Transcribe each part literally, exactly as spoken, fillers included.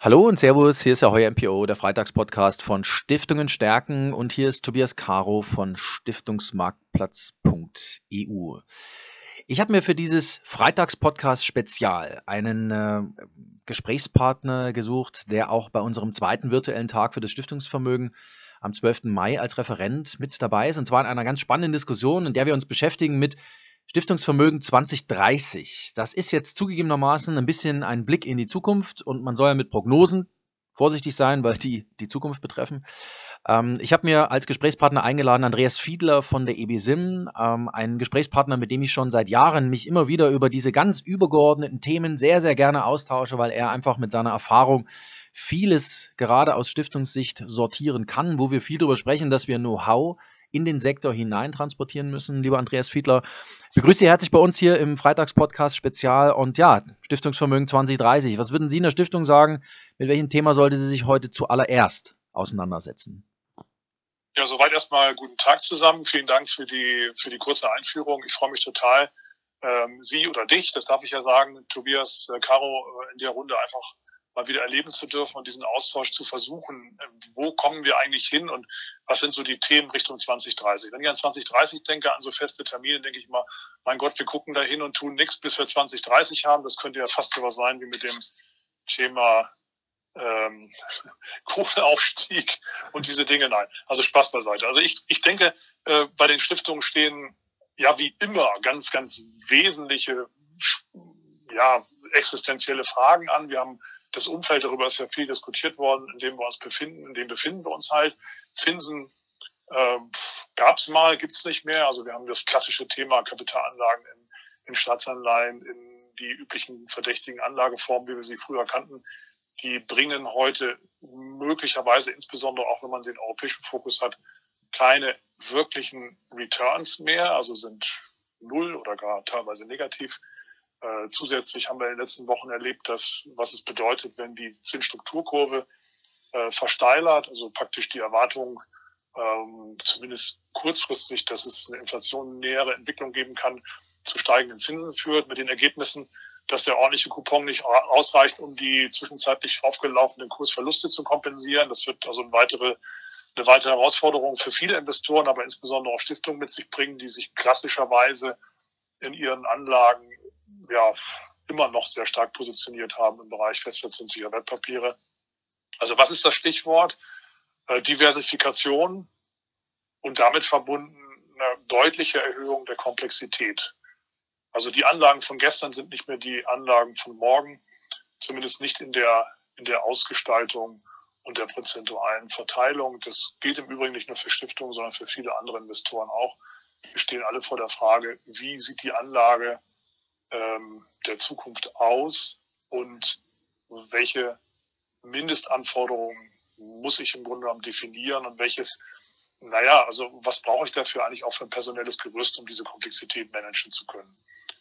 Hallo und Servus, hier ist der Heuer M P O, der Freitagspodcast von Stiftungen stärken und hier ist Tobias Caro von Stiftungsmarktplatz Punkt E U. Ich habe mir für dieses Freitagspodcast Spezial einen äh, Gesprächspartner gesucht, der auch bei unserem zweiten virtuellen Tag für das Stiftungsvermögen am zwölften Mai als Referent mit dabei ist, und zwar in einer ganz spannenden Diskussion, in der wir uns beschäftigen mit Stiftungsvermögen zwanzig dreißig. Das ist jetzt zugegebenermaßen ein bisschen ein Blick in die Zukunft und man soll ja mit Prognosen vorsichtig sein, weil die die Zukunft betreffen. Ähm, ich habe mir als Gesprächspartner eingeladen Andreas Fiedler von der E B S I M, ähm, einen Gesprächspartner, mit dem ich schon seit Jahren mich immer wieder über diese ganz übergeordneten Themen sehr, sehr gerne austausche, weil er einfach mit seiner Erfahrung vieles gerade aus Stiftungssicht sortieren kann, wo wir viel darüber sprechen, dass wir Know-how in den Sektor hinein transportieren müssen. Lieber Andreas Fiedler, begrüße Sie herzlich bei uns hier im Freitagspodcast Spezial. Und ja, Stiftungsvermögen zwanzig dreißig. Was würden Sie in der Stiftung sagen? Mit welchem Thema sollte sie sich heute zuallererst auseinandersetzen? Ja, soweit erstmal guten Tag zusammen. Vielen Dank für die, für die kurze Einführung. Ich freue mich total, ähm, Sie oder dich, das darf ich ja sagen, Tobias, äh, Caro, äh, in der Runde einfach mal wieder erleben zu dürfen und diesen Austausch zu versuchen. Äh, wo kommen wir eigentlich hin und was sind so die Themen Richtung zwanzig dreißig? Wenn ich an zwanzig dreißig denke, an so feste Termine, denke ich mal, mein Gott, wir gucken da hin und tun nichts, bis wir zwanzig dreißig haben. Das könnte ja fast so was sein wie mit dem Thema ähm, Kohleaufstieg und diese Dinge. Nein, also Spaß beiseite. Also ich, ich denke, äh, bei den Stiftungen stehen ja wie immer ganz, ganz wesentliche, ja, existenzielle Fragen an. Wir haben das Umfeld, darüber ist ja viel diskutiert worden, in dem wir uns befinden, in dem befinden wir uns halt. Zinsen äh, gab es mal, gibt es nicht mehr. Also wir haben das klassische Thema Kapitalanlagen in, in Staatsanleihen, in die üblichen verdächtigen Anlageformen, wie wir sie früher kannten. Die bringen heute möglicherweise, insbesondere auch wenn man den europäischen Fokus hat, keine wirklichen Returns mehr, also sind null oder gar teilweise negativ. Äh, zusätzlich haben wir in den letzten Wochen erlebt, dass, was es bedeutet, wenn die Zinsstrukturkurve äh, versteilert, also praktisch die Erwartung, ähm, zumindest kurzfristig, dass es eine inflationnähere Entwicklung geben kann, zu steigenden Zinsen führt, mit den Ergebnissen, dass der ordentliche Coupon nicht ausreicht, um die zwischenzeitlich aufgelaufenen Kursverluste zu kompensieren. Das wird also eine weitere, eine weitere Herausforderung für viele Investoren, aber insbesondere auch Stiftungen mit sich bringen, die sich klassischerweise in ihren Anlagen ja immer noch sehr stark positioniert haben im Bereich festverzinslicher Wertpapiere. Also was ist das Stichwort? Äh, Diversifikation und damit verbunden eine deutliche Erhöhung der Komplexität. Also die Anlagen von gestern sind nicht mehr die Anlagen von morgen, zumindest nicht in der, in der Ausgestaltung und der prozentualen Verteilung. Das gilt im Übrigen nicht nur für Stiftungen, sondern für viele andere Investoren auch. Wir stehen alle vor der Frage, wie sieht die Anlage ähm, der Zukunft aus und welche Mindestanforderungen muss ich im Grunde genommen definieren und welches, naja, also was brauche ich dafür eigentlich auch für ein personelles Gerüst, um diese Komplexität managen zu können.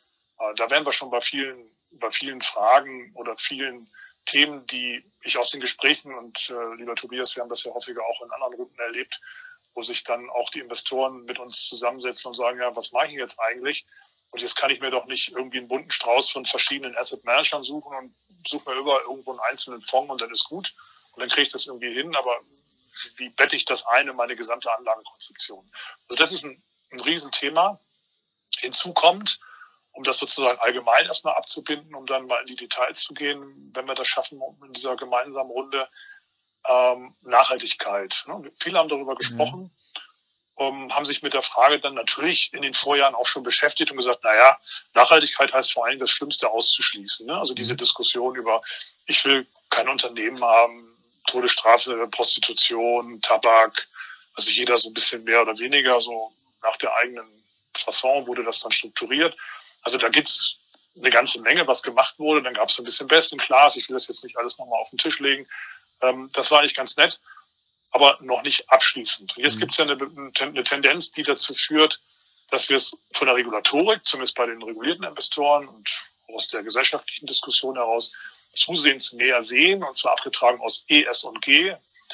Da wären wir schon bei vielen, bei vielen Fragen oder vielen Themen, die ich aus den Gesprächen und äh, lieber Tobias, wir haben das ja häufiger auch in anderen Runden erlebt, wo sich dann auch die Investoren mit uns zusammensetzen und sagen, ja, was mache ich jetzt eigentlich? Und jetzt kann ich mir doch nicht irgendwie einen bunten Strauß von verschiedenen Asset Managern suchen und suche mir überall irgendwo einen einzelnen Fonds und dann ist gut. Und dann kriege ich das irgendwie hin, aber wie bette ich das ein in meine gesamte Anlagekonzeption? Also das ist ein, ein Riesenthema. Hinzu kommt, um das sozusagen allgemein erstmal abzubinden, um dann mal in die Details zu gehen, wenn wir das schaffen in dieser gemeinsamen Runde, ähm, Nachhaltigkeit. Ne? Viele haben darüber gesprochen, mhm. um, haben sich mit der Frage dann natürlich in den Vorjahren auch schon beschäftigt und gesagt, naja, Nachhaltigkeit heißt vor allem das Schlimmste auszuschließen. Ne? Also diese mhm. Diskussion über, ich will kein Unternehmen haben, Todesstrafe, Prostitution, Tabak, also jeder so ein bisschen mehr oder weniger, so nach der eigenen Fasson wurde das dann strukturiert. Also da gibt's eine ganze Menge, was gemacht wurde. Dann gab es ein bisschen Best in Class. Ich will das jetzt nicht alles nochmal auf den Tisch legen. Ähm, das war eigentlich ganz nett, aber noch nicht abschließend. Und jetzt mhm. gibt es ja eine, eine Tendenz, die dazu führt, dass wir es von der Regulatorik, zumindest bei den regulierten Investoren und aus der gesellschaftlichen Diskussion heraus, zusehends näher sehen, und zwar abgetragen aus E, S und G.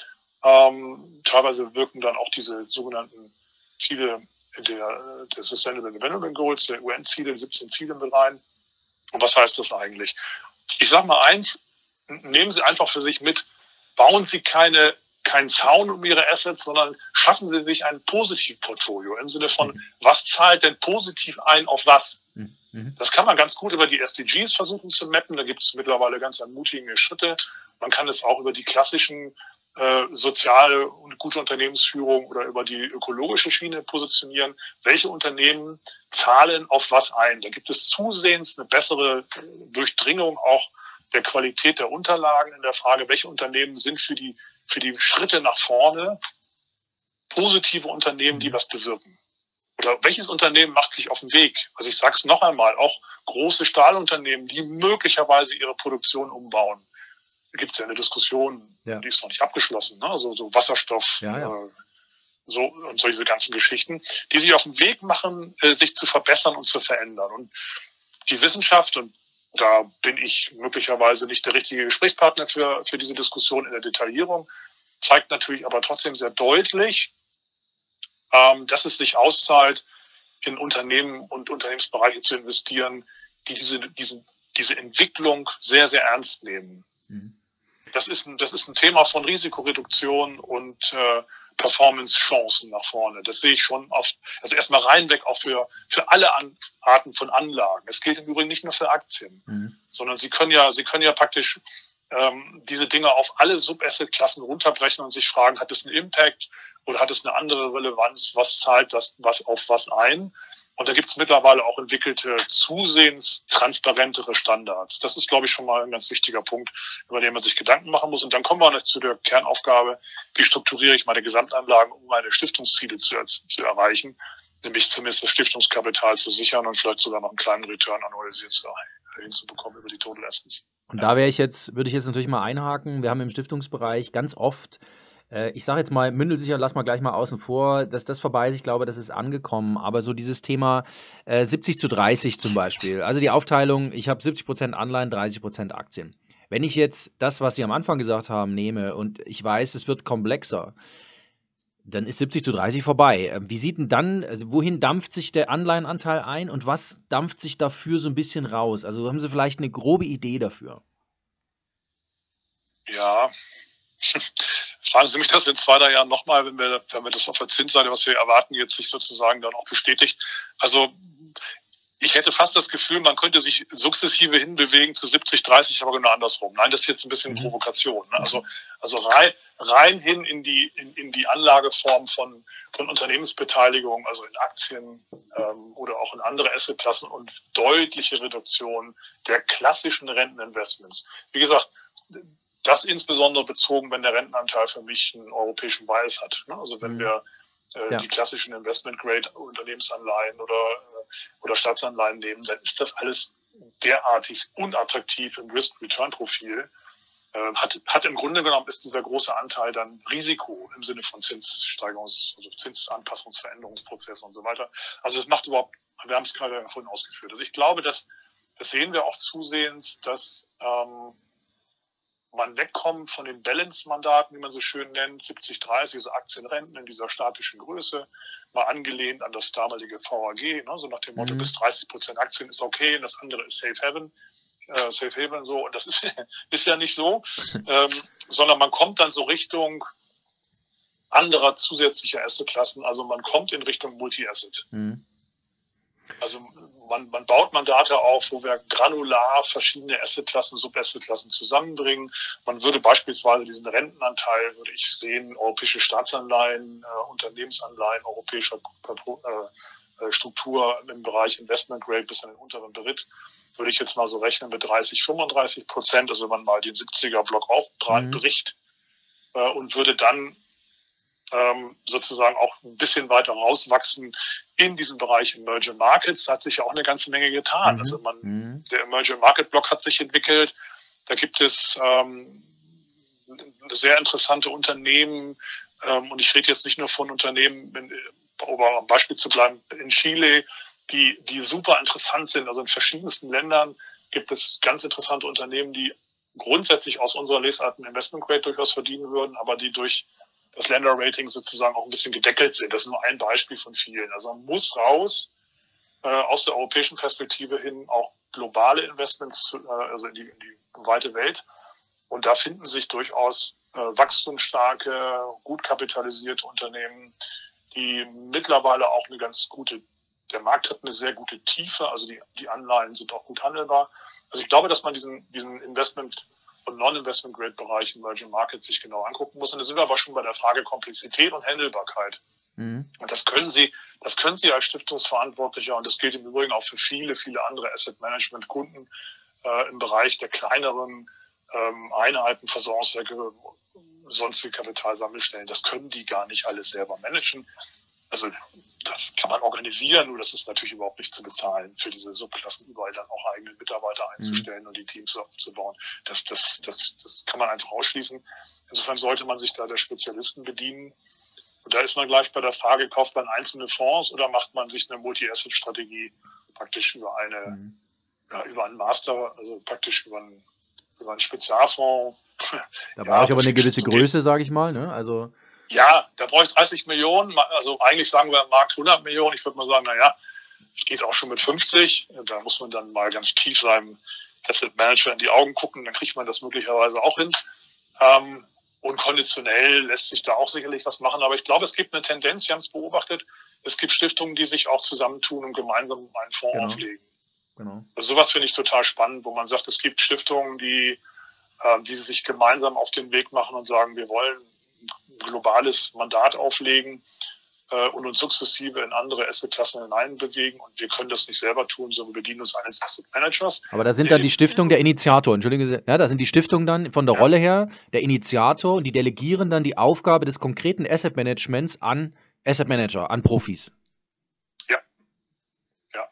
Ähm, teilweise wirken dann auch diese sogenannten Ziele der, der Sustainable Development Goals, der U N-Ziele, siebzehn Ziele mit rein. Und was heißt das eigentlich? Ich sage mal eins, nehmen Sie einfach für sich mit, bauen Sie keine, keinen Zaun um Ihre Assets, sondern schaffen Sie sich ein Positivportfolio im Sinne von, was zahlt denn positiv ein auf was? Mhm. Das kann man ganz gut über die S D Gs versuchen zu mappen. Da gibt es mittlerweile ganz ermutigende Schritte. Man kann es auch über die klassischen äh, soziale und gute Unternehmensführung oder über die ökologische Schiene positionieren. Welche Unternehmen zahlen auf was ein? Da gibt es zusehends eine bessere Durchdringung auch der Qualität der Unterlagen in der Frage, welche Unternehmen sind für die, für die Schritte nach vorne positive Unternehmen, die was bewirken. Oder welches Unternehmen macht sich auf den Weg? Also ich sage es noch einmal, auch große Stahlunternehmen, die möglicherweise ihre Produktion umbauen. Da gibt es ja eine Diskussion, ja. Die ist noch nicht abgeschlossen, ne? Also so Wasserstoff, ja, ja. Äh, so und solche ganzen Geschichten, die sich auf den Weg machen, äh, sich zu verbessern und zu verändern. Und die Wissenschaft, und da bin ich möglicherweise nicht der richtige Gesprächspartner für, für diese Diskussion in der Detaillierung, zeigt natürlich aber trotzdem sehr deutlich, ähm, dass es sich auszahlt, in Unternehmen und Unternehmensbereiche zu investieren, die diese, diese, diese Entwicklung sehr, sehr ernst nehmen. Mhm. Das ist ein, das ist ein Thema von Risikoreduktion und äh, Performance-Chancen nach vorne. Das sehe ich schon oft. Also erstmal reinweg auch für, für alle An Arten von Anlagen. Es gilt im Übrigen nicht nur für Aktien, mhm. sondern Sie können ja, Sie können ja praktisch ähm, diese Dinge auf alle Sub-Asset-Klassen runterbrechen und sich fragen, hat es einen Impact oder hat es eine andere Relevanz? Was zahlt das was auf was ein? Und da gibt es mittlerweile auch entwickelte, zusehends transparentere Standards. Das ist, glaube ich, schon mal ein ganz wichtiger Punkt, über den man sich Gedanken machen muss. Und dann kommen wir noch zu der Kernaufgabe, wie strukturiere ich meine Gesamtanlagen, um meine Stiftungsziele zu, zu erreichen, nämlich zumindest das Stiftungskapital zu sichern und vielleicht sogar noch einen kleinen Return annualisiert zu, hinzubekommen über die Total Assets. Und da wäre ich jetzt, würde ich jetzt natürlich mal einhaken. Wir haben im Stiftungsbereich ganz oft, äh, ich sage jetzt mal, Mündelsicher, lass mal gleich mal außen vor, dass das vorbei ist. Ich glaube, das ist angekommen. Aber so dieses Thema äh, siebzig zu dreißig zum Beispiel. Also die Aufteilung, ich habe siebzig Prozent Anleihen, dreißig Prozent Aktien. Wenn ich jetzt das, was Sie am Anfang gesagt haben, nehme und ich weiß, es wird komplexer, dann ist siebzig zu dreißig vorbei. Wie sieht denn dann, also wohin dampft sich der Anleihenanteil ein und was dampft sich dafür so ein bisschen raus? Also haben Sie vielleicht eine grobe Idee dafür? Ja, fragen Sie mich das in zwei, drei Jahren nochmal, wenn wir, wenn wir das auf der Zinsseite, was wir erwarten, jetzt sich sozusagen dann auch bestätigt. Also ich hätte fast das Gefühl, man könnte sich sukzessive hinbewegen zu siebzig, dreißig, aber genau andersrum. Nein, das ist jetzt ein bisschen mhm. Provokation. Ne? Also, also rein, rein hin in die, in, in die Anlageform von, von Unternehmensbeteiligung, also in Aktien ähm, oder auch in andere Assetklassen und deutliche Reduktion der klassischen Renteninvestments. Wie gesagt, das insbesondere bezogen, wenn der Rentenanteil für mich einen europäischen Bias hat. Ne? Also wenn mhm. wir äh, ja. die klassischen Investment-Grade-Unternehmensanleihen oder, äh, oder Staatsanleihen nehmen, dann ist das alles derartig unattraktiv im Risk-Return-Profil. Äh, hat, hat im Grunde genommen ist dieser große Anteil dann Risiko im Sinne von Zinssteigerungs-, also Zinsanpassungsveränderungsprozessen und so weiter. Also das macht überhaupt, wir haben es gerade vorhin ausgeführt. Also ich glaube, dass, das sehen wir auch zusehends, dass ähm, man wegkommt von den Balance-Mandaten, wie man so schön nennt, siebzig dreißig, also Aktienrenten in dieser statischen Größe, mal angelehnt an das damalige V A G, ne, so nach dem Motto, mhm. bis dreißig Prozent Aktien ist okay und das andere ist Safe Haven, äh, Safe Haven so, und das ist, ist ja nicht so, ähm, sondern man kommt dann so Richtung anderer zusätzlicher Assetklassen, also man kommt in Richtung Multi-Asset. Mhm. Also man, man baut Mandate auf, wo wir granular verschiedene Assetklassen, Sub-Assetklassen zusammenbringen. Man würde beispielsweise diesen Rentenanteil, würde ich sehen, europäische Staatsanleihen, äh, Unternehmensanleihen, europäischer äh, Struktur im Bereich Investment Grade bis in den unteren Beritt, würde ich jetzt mal so rechnen mit dreißig, fünfunddreißig Prozent, also wenn man mal den siebziger-Block aufbricht mhm. äh, und würde dann Ähm, sozusagen auch ein bisschen weiter rauswachsen in diesem Bereich Emerging Markets. Da hat sich ja auch eine ganze Menge getan. Mhm. Also man, mhm. der Emerging Market Block hat sich entwickelt. Da gibt es ähm, sehr interessante Unternehmen. Ähm, und ich rede jetzt nicht nur von Unternehmen, in, um am Beispiel zu bleiben, in Chile, die, die super interessant sind. Also in verschiedensten Ländern gibt es ganz interessante Unternehmen, die grundsätzlich aus unserer Lesart ein Investment Grade durchaus verdienen würden, aber die durch das Lender-Rating sozusagen auch ein bisschen gedeckelt sind. Das ist nur ein Beispiel von vielen. Also man muss raus äh, aus der europäischen Perspektive hin auch globale Investments, äh, also in die, in die weite Welt Und da finden sich durchaus äh, wachstumsstarke, gut kapitalisierte Unternehmen, die mittlerweile auch eine ganz gute, der Markt hat eine sehr gute Tiefe, also die, die Anleihen sind auch gut handelbar. Also ich glaube, dass man diesen, diesen Investment- und Non-Investment-Grade-Bereich in Emerging Markets sich genau angucken muss. Und da sind wir aber schon bei der Frage Komplexität und Handelbarkeit. Mhm. Und das können Sie, das können Sie als Stiftungsverantwortlicher, und das gilt im Übrigen auch für viele, viele andere Asset-Management-Kunden äh, im Bereich der kleineren ähm, Einheiten, Versorgungswerke, sonstige Kapitalsammelstellen, das können die gar nicht alles selber managen. Also das kann man organisieren, nur das ist natürlich überhaupt nicht zu bezahlen, für diese Subklassen überall dann auch eigene Mitarbeiter einzustellen mhm. und die Teams aufzubauen. Das, das, das, das kann man einfach ausschließen. Insofern sollte man sich da der Spezialisten bedienen. Und da ist man gleich bei der Frage, kauft man einzelne Fonds oder macht man sich eine Multi-Asset-Strategie praktisch über eine, mhm. ja, über einen Master, also praktisch über einen, über einen Spezialfonds. Da brauche ja, ich aber eine gewisse Größe, sage ich mal, ne? Also ja, da brauche ich dreißig Millionen, also eigentlich sagen wir am Markt hundert Millionen. Ich würde mal sagen, naja, es geht auch schon mit fünfzig. Da muss man dann mal ganz tief seinem Asset Manager in die Augen gucken, dann kriegt man das möglicherweise auch hin. Ähm, und konditionell lässt sich da auch sicherlich was machen. Aber ich glaube, es gibt eine Tendenz, wir haben es beobachtet, es gibt Stiftungen, die sich auch zusammentun und gemeinsam einen Fonds genau. auflegen. Genau. Also sowas finde ich total spannend, wo man sagt, es gibt Stiftungen, die, äh, die sich gemeinsam auf den Weg machen und sagen, wir wollen ein globales Mandat auflegen äh, und uns sukzessive in andere Assetklassen hineinbewegen. Und wir können das nicht selber tun, sondern wir bedienen uns eines Asset Managers. Aber da sind dann die Stiftungen der Initiator, entschuldigen Sie, ja, da sind die Stiftungen dann von der ja. Rolle her der Initiator und die delegieren dann die Aufgabe des konkreten Asset Managements an Asset Manager, an Profis. Ja. Ja.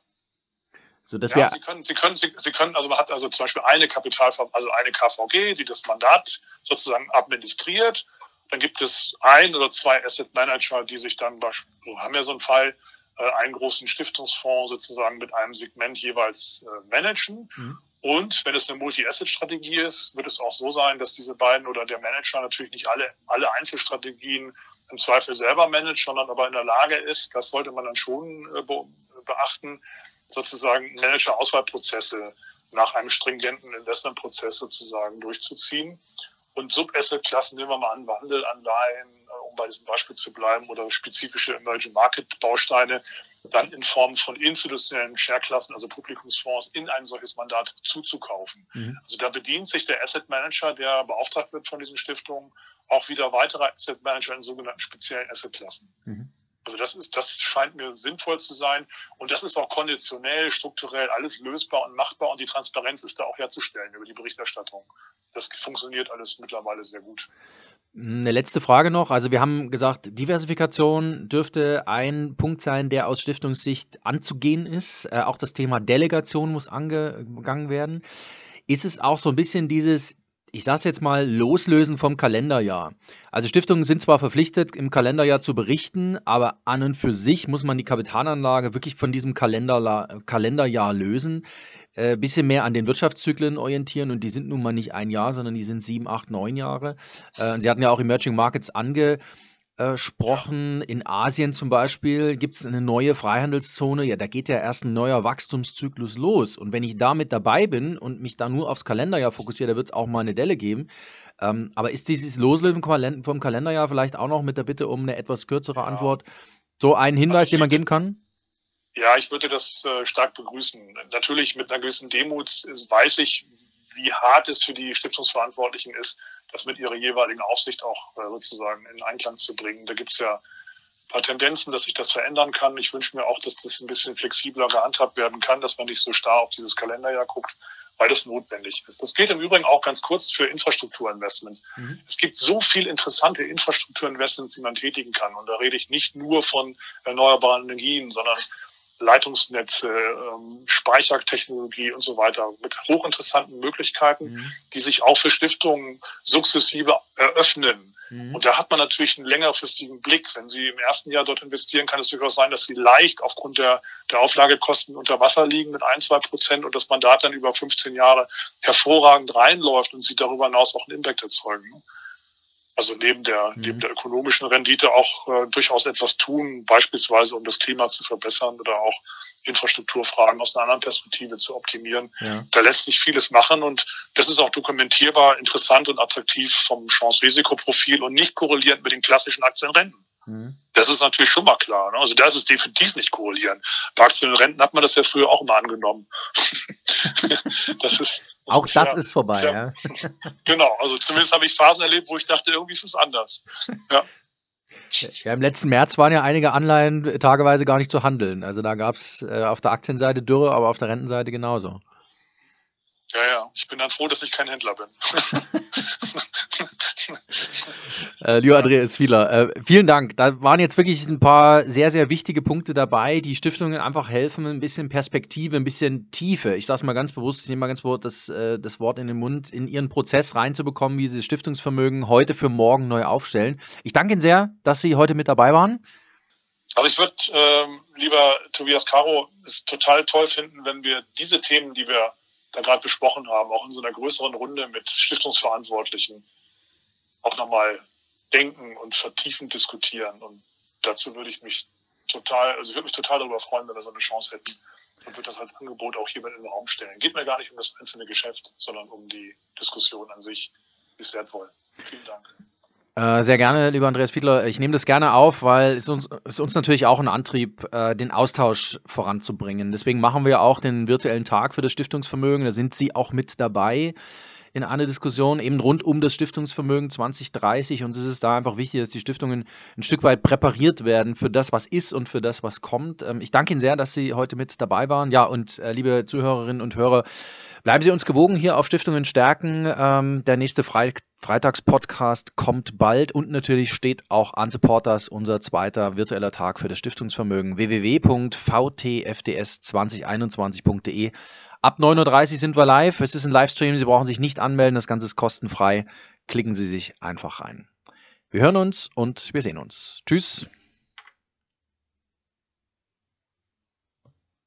So, dass ja, wir Sie können, Sie können, Sie, Sie können, also man hat also zum Beispiel eine Kapital, also eine K V G, die das Mandat sozusagen administriert. Dann gibt es ein oder zwei Asset Manager, die sich dann, wir haben ja so einen Fall, einen großen Stiftungsfonds sozusagen mit einem Segment jeweils managen. Mhm. Und wenn es eine Multi-Asset-Strategie ist, wird es auch so sein, dass diese beiden oder der Manager natürlich nicht alle, alle Einzelstrategien im Zweifel selber managt, sondern aber in der Lage ist, das sollte man dann schon beachten, sozusagen Manager-Auswahlprozesse nach einem stringenten Investmentprozess sozusagen durchzuziehen. Und Sub-Asset-Klassen, nehmen wir mal an, Wandelanleihen, um bei diesem Beispiel zu bleiben, oder spezifische Emerging-Market-Bausteine, dann in Form von institutionellen Share-Klassen, also Publikumsfonds, in ein solches Mandat zuzukaufen. Mhm. Also da bedient sich der Asset-Manager, der beauftragt wird von diesen Stiftungen, auch wieder weitere Asset-Manager in sogenannten speziellen Asset-Klassen. Mhm. Also das ist, das scheint mir sinnvoll zu sein. Und das ist auch konditionell, strukturell alles lösbar und machbar. Und die Transparenz ist da auch herzustellen über die Berichterstattung. Das funktioniert alles mittlerweile sehr gut. Eine letzte Frage noch. Also wir haben gesagt, Diversifikation dürfte ein Punkt sein, der aus Stiftungssicht anzugehen ist. Äh, auch das Thema Delegation muss angegangen werden. Ist es auch so ein bisschen dieses, ich sage es jetzt mal, Loslösen vom Kalenderjahr? Also Stiftungen sind zwar verpflichtet, im Kalenderjahr zu berichten, aber an und für sich muss man die Kapitalanlage wirklich von diesem Kalenderla- Kalenderjahr lösen. Ein äh, bisschen mehr an den Wirtschaftszyklen orientieren und die sind nun mal nicht ein Jahr, sondern die sind sieben, acht, neun Jahre. Äh, Sie hatten ja auch Emerging Markets angesprochen. Ja. In Asien zum Beispiel gibt es eine neue Freihandelszone. Ja, da geht ja erst ein neuer Wachstumszyklus los. Und wenn ich damit dabei bin und mich da nur aufs Kalenderjahr fokussiere, da wird es auch mal eine Delle geben. Ähm, aber ist dieses Loslösen vom Kalenderjahr vielleicht auch noch mit der Bitte um eine etwas kürzere ja. Antwort so ein Hinweis, also den man geben kann? Ja, ich würde das äh, stark begrüßen. Natürlich mit einer gewissen Demut ist, weiß ich, wie hart es für die Stiftungsverantwortlichen ist, das mit ihrer jeweiligen Aufsicht auch äh, sozusagen in Einklang zu bringen. Da gibt es ja ein paar Tendenzen, dass sich das verändern kann. Ich wünsche mir auch, dass das ein bisschen flexibler gehandhabt werden kann, dass man nicht so starr auf dieses Kalenderjahr guckt, weil das notwendig ist. Das gilt im Übrigen auch ganz kurz für Infrastrukturinvestments. Mhm. Es gibt so viel interessante Infrastrukturinvestments, die man tätigen kann. Und da rede ich nicht nur von erneuerbaren Energien, sondern Leitungsnetze, ähm, Speichertechnologie und so weiter mit hochinteressanten Möglichkeiten, mhm. die sich auch für Stiftungen sukzessive eröffnen. Mhm. Und da hat man natürlich einen längerfristigen Blick. Wenn Sie im ersten Jahr dort investieren, kann es durchaus sein, dass Sie leicht aufgrund der, der Auflagekosten unter Wasser liegen mit ein, zwei Prozent und das Mandat dann über fünfzehn Jahre hervorragend reinläuft und Sie darüber hinaus auch einen Impact erzeugen. Also neben der, mhm. neben der ökonomischen Rendite auch äh, durchaus etwas tun, beispielsweise um das Klima zu verbessern oder auch Infrastrukturfragen aus einer anderen Perspektive zu optimieren. Ja. Da lässt sich vieles machen und das ist auch dokumentierbar, interessant und attraktiv vom Chance-Risikoprofil und nicht korrelierend mit den klassischen Aktienrenten. Mhm. Das ist natürlich schon mal klar. Ne? Also da ist es definitiv nicht korrelierend. Bei Aktien und Renten hat man das ja früher auch mal angenommen. das ist, das auch ist das ja, ist vorbei. ja, ja. Genau, also zumindest habe ich Phasen erlebt, wo ich dachte, irgendwie ist es anders. Ja. Ja, im letzten März waren ja einige Anleihen tageweise gar nicht zu handeln. Also da gab es äh, auf der Aktienseite Dürre, aber auf der Rentenseite genauso. Ja, ja, ich bin dann froh, dass ich kein Händler bin. äh, lieber Andreas Fiedler, äh, vielen Dank. Da waren jetzt wirklich ein paar sehr, sehr wichtige Punkte dabei, die Stiftungen einfach helfen, ein bisschen Perspektive, ein bisschen Tiefe, ich sage es mal ganz bewusst, ich nehme mal ganz bewusst das, äh, das Wort in den Mund, in ihren Prozess reinzubekommen, wie sie das Stiftungsvermögen heute für morgen neu aufstellen. Ich danke Ihnen sehr, dass Sie heute mit dabei waren. Also ich würde, ähm, lieber Tobias Caro, es total toll finden, wenn wir diese Themen, die wir da gerade besprochen haben, auch in so einer größeren Runde mit Stiftungsverantwortlichen auch nochmal denken und vertiefend diskutieren. Und dazu würde ich mich total, also ich würde mich total darüber freuen, wenn wir so eine Chance hätten und würde das als Angebot auch hier mit in den Raum stellen. Geht mir gar nicht um das einzelne Geschäft, sondern um die Diskussion an sich. Ist wertvoll. Vielen Dank. Äh, sehr gerne, lieber Andreas Fiedler. Ich nehme das gerne auf, weil es uns, es uns natürlich auch ein Antrieb, äh, den Austausch voranzubringen. Deswegen machen wir auch den virtuellen Tag für das Stiftungsvermögen. Da sind Sie auch mit dabei in einer Diskussion eben rund um das Stiftungsvermögen zwanzig dreißig. Und es ist da einfach wichtig, dass die Stiftungen ein Stück weit präpariert werden für das, was ist und für das, was kommt. Ähm, ich danke Ihnen sehr, dass Sie heute mit dabei waren. Ja, und äh, liebe Zuhörerinnen und Hörer, bleiben Sie uns gewogen hier auf Stiftungen stärken. Ähm, der nächste Fre Freitagspodcast kommt bald und natürlich steht auch Ante Portas, unser zweiter virtueller Tag für das Stiftungsvermögen, w w w punkt v t f d s zwanzig einundzwanzig punkt d e. Ab neun Uhr dreißig sind wir live. Es ist ein Livestream, Sie brauchen sich nicht anmelden, das Ganze ist kostenfrei. Klicken Sie sich einfach rein. Wir hören uns und wir sehen uns. Tschüss.